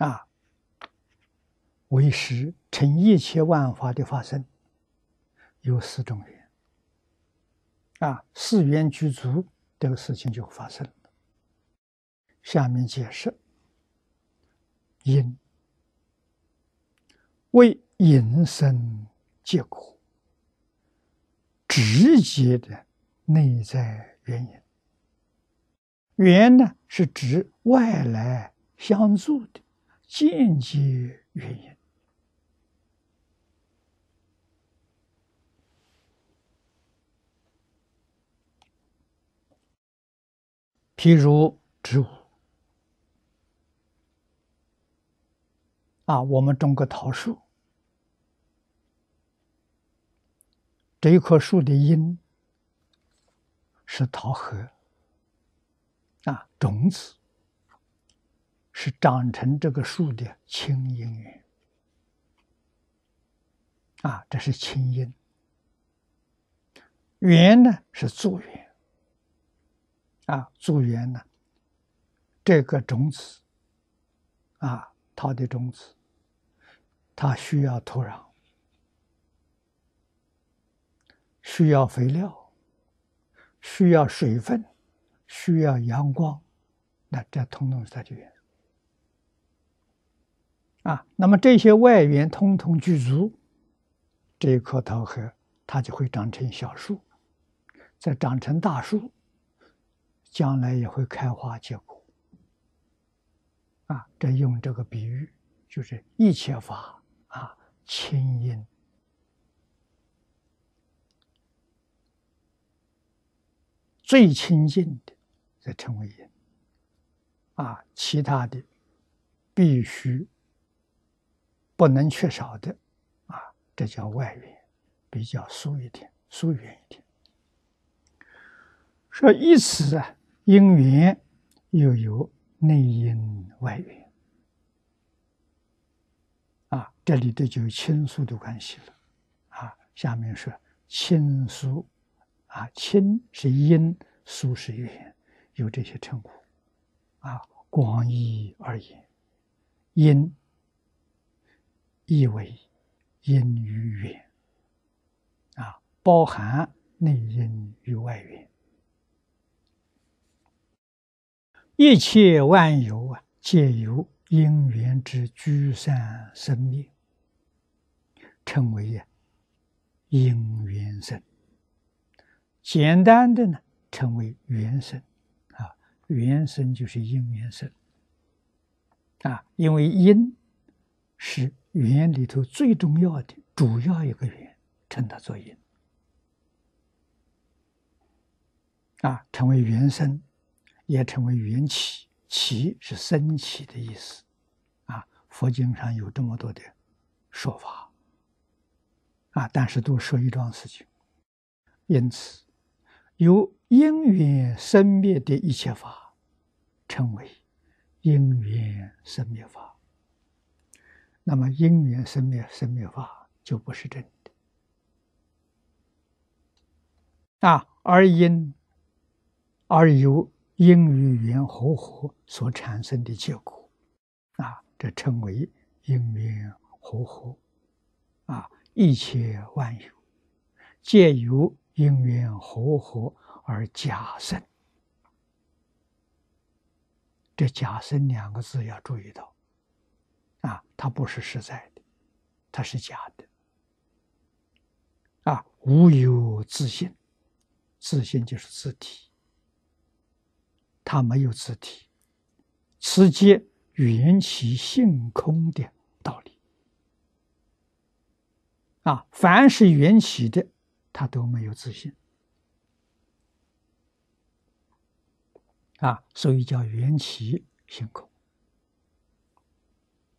啊，为识成一切万法的发生，有4种缘。4缘具足，这个事情就发生了。下面解释：因为引生结果，直接的内在原因。缘呢，是指外来相助的间接原因。譬如植物我们种个桃树，这一棵树的因是桃核种子是长成这个树的亲因缘这是亲因。缘呢是助缘助缘呢，这个种子它的种子，它需要土壤，需要肥料，需要水分，需要阳光，那这统统是它的缘那么这些外缘统统具足，这一棵桃核它就会长成小树，再长成大树，将来也会开花结果这用这个比喻，就是一切法亲因。最亲近的才称为因其他的必须不能缺少的这叫外缘，比较疏远一点。说以此因缘又有内因外缘这里头就有亲疏的关系了下面说亲疏亲是因，疏是缘，有这些称呼广义而言，因意为因与缘包含内因与外缘。一切万有皆由因缘之聚散生灭，称为因缘生。简单的呢，称为缘生缘生就是因缘生因为因是缘里头最重要的主要一个缘，称它做因称为缘生，也称为缘起。起是升起的意思佛经上有这么多的说法但是都说一桩事情。因此由因缘生灭的一切法称为因缘生灭法，那么因缘生灭法就不是真的而由因与缘和合所产生的结果这称为因缘和合一切万有皆由因缘和合而假生。这假生2个字要注意到它不是实在的，它是假的无有自性，自性就是自体，它没有自体，此皆缘起性空的道理凡是缘起的，它都没有自性所以叫缘起性空